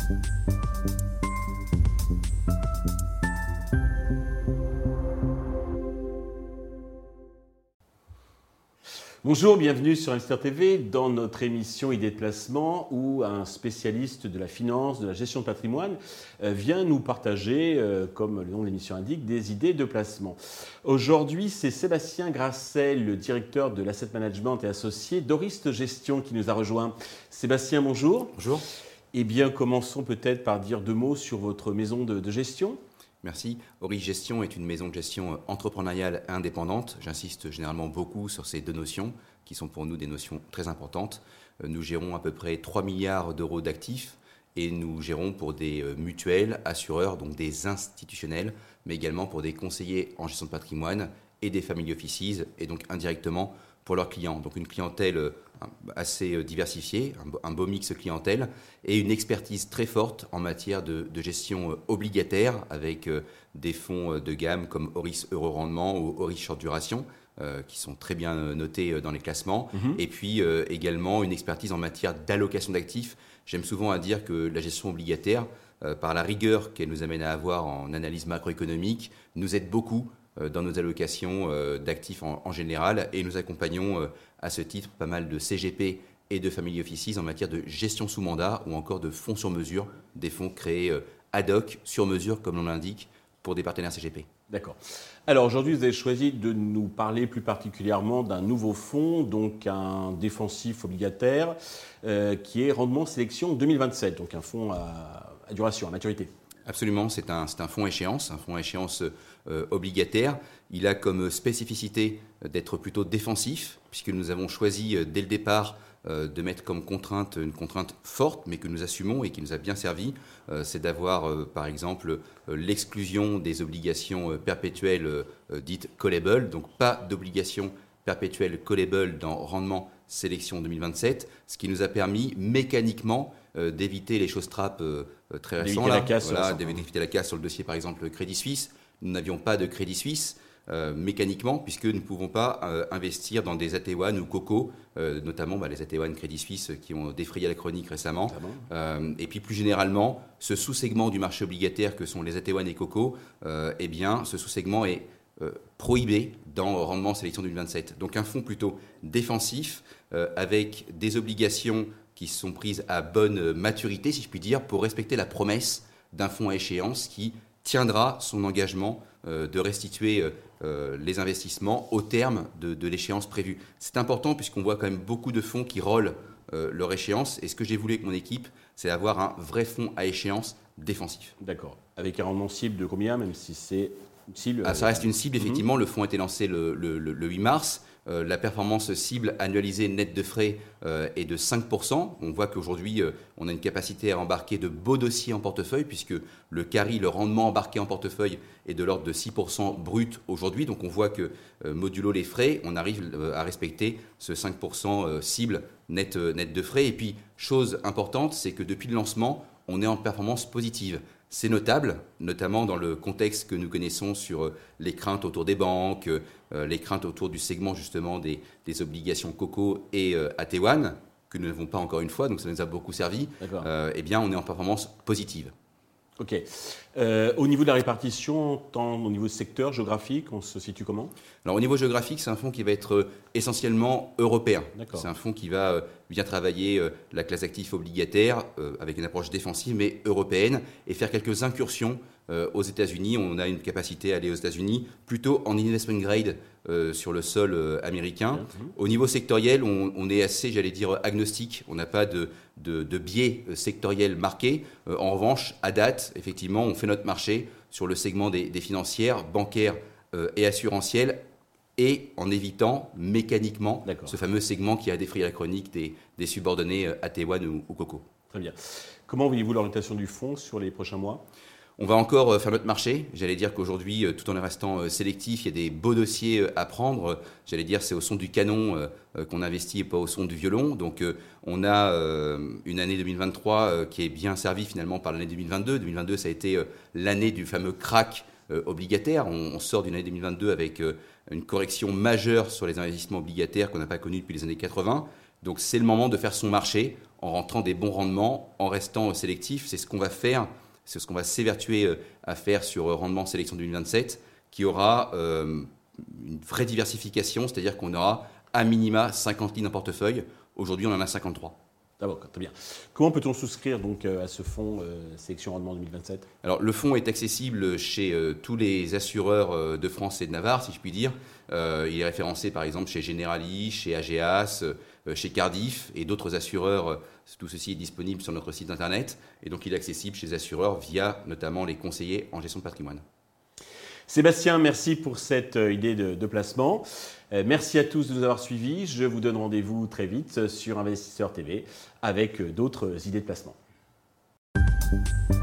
Bonjour, bienvenue sur Investir TV dans notre émission Idées de placement où un spécialiste de la finance, de la gestion de patrimoine vient nous partager, comme le nom de l'émission indique, des idées de placement. Aujourd'hui, c'est Sébastien Grasset, le directeur de l'Asset Management et associé d'Orist Gestion qui nous a rejoint. Sébastien, bonjour. Bonjour. Eh bien, commençons peut-être par dire deux mots sur votre maison de gestion. Merci. Orist Gestion est une maison de gestion entrepreneuriale et indépendante. J'insiste généralement beaucoup sur ces deux notions qui sont pour nous des notions très importantes. Nous gérons à peu près 3 milliards d'euros d'actifs et nous gérons pour des mutuelles, assureurs, donc des institutionnels, mais également pour des conseillers en gestion de patrimoine et des family offices et donc indirectement pour leurs clients. Donc une clientèle assez diversifiée, un beau mix clientèle et une expertise très forte en matière de gestion obligataire avec des fonds de gamme comme Orist Euro Rendement ou Orist Short Duration qui sont très bien notés dans les classements. Et puis également une expertise en matière d'allocation d'actifs. J'aime souvent à dire que la gestion obligataire, par la rigueur qu'elle nous amène à avoir en analyse macroéconomique, nous aide beaucoup dans nos allocations d'actifs en général et nous accompagnons à ce titre pas mal de CGP et de family offices en matière de gestion sous mandat ou encore de fonds sur mesure, des fonds créés ad hoc, sur mesure comme l'on l'indique, pour des partenaires CGP. D'accord. Alors aujourd'hui, vous avez choisi de nous parler plus particulièrement d'un nouveau fonds, donc un défensif obligataire qui est Rendement Sélection 2027, donc un fonds à duration, à maturité. Absolument, c'est un fonds à échéance obligataire. Il a comme spécificité d'être plutôt défensif, puisque nous avons choisi dès le départ de mettre comme contrainte une contrainte forte, mais que nous assumons et qui nous a bien servi. C'est d'avoir, par exemple, l'exclusion des obligations perpétuelles dites callable, donc pas d'obligations perpétuelles callable dans Rendement Sélection 2027, ce qui nous a permis mécaniquement d'éviter les choses trappes très récentes. D'éviter la casse sur le dossier, par exemple, Crédit Suisse. Nous n'avions pas de Crédit Suisse mécaniquement, puisque nous ne pouvons pas investir dans des AT1 ou COCO, notamment les AT1 Crédit Suisse qui ont défrayé la chronique récemment. Et puis plus généralement, ce sous-segment du marché obligataire que sont les AT1 et COCO, eh bien, ce sous-segment est prohibé dans Rendement Sélection 2027. Donc un fonds plutôt défensif, avec des obligations qui sont prises à bonne maturité, si je puis dire, pour respecter la promesse d'un fonds à échéance qui tiendra son engagement de restituer les investissements au terme de l'échéance prévue. C'est important puisqu'on voit quand même beaucoup de fonds qui rôlent leur échéance. Et ce que j'ai voulu avec mon équipe, c'est avoir un vrai fonds à échéance défensif. D'accord. Avec un rendement cible de combien, même si c'est une cible ça reste une cible, effectivement. Le fonds a été lancé le 8 mars. La performance cible annualisée nette de frais est de 5%. On voit qu'aujourd'hui, on a une capacité à embarquer de beaux dossiers en portefeuille puisque le carry, le rendement embarqué en portefeuille est de l'ordre de 6% brut aujourd'hui. Donc on voit que modulo les frais, on arrive à respecter ce 5% cible net de frais. Et puis, chose importante, c'est que depuis le lancement, on est en performance positive. C'est notable, notamment dans le contexte que nous connaissons sur les craintes autour des banques, les craintes autour du segment justement des obligations COCO et AT1, que nous n'avons pas encore une fois, donc ça nous a beaucoup servi. Eh bien, on est en performance positive. Ok. Au niveau de la répartition, tant au niveau secteur, géographique, on se situe comment ? Alors au niveau géographique, c'est un fonds qui va être essentiellement européen. D'accord. C'est un fonds qui va bien travailler la classe active obligataire avec une approche défensive mais européenne et faire quelques incursions aux États-Unis. On a une capacité à aller aux États-Unis plutôt en investment grade sur le sol américain. Au niveau sectoriel, on est assez, j'allais dire, agnostique. On n'a pas de biais sectoriel marqué. En revanche, à date, effectivement, on fait notre marché sur le segment des financières, bancaires et assurantielles et en évitant mécaniquement ce fameux segment qui a défrayé la chronique des subordonnés AT1 ou COCO. Très bien. Comment voyez-vous l'orientation du fonds sur les prochains mois ? On va encore faire notre marché. J'allais dire qu'aujourd'hui, tout en restant sélectif, il y a des beaux dossiers à prendre. J'allais dire c'est au son du canon qu'on investit et pas au son du violon. Donc on a une année 2023 qui est bien servie finalement par l'année 2022. 2022, ça a été l'année du fameux crack obligataire. On sort d'une année 2022 avec une correction majeure sur les investissements obligataires qu'on n'a pas connue depuis les années 80. Donc c'est le moment de faire son marché. en rentrant des bons rendements, en restant sélectif. C'est ce qu'on va faire, c'est ce qu'on va s'évertuer à faire sur rendement sélection 2027, qui aura une vraie diversification, c'est-à-dire qu'on aura à minima 50 lignes en portefeuille. Aujourd'hui, on en a 53. D'accord, très bien. Comment peut-on souscrire donc à ce fonds sélection rendement 2027 ? Alors, le fonds est accessible chez tous les assureurs de France et de Navarre, si je puis dire. Il est référencé par exemple chez Generali, chez AGEAS, chez Cardif et d'autres assureurs. Tout ceci est disponible sur notre site internet. Et donc, il est accessible chez les assureurs via notamment les conseillers en gestion de patrimoine. Sébastien, merci pour cette idée de placement. Merci à tous de nous avoir suivis. Je vous donne rendez-vous très vite sur Investisseur TV avec d'autres idées de placement.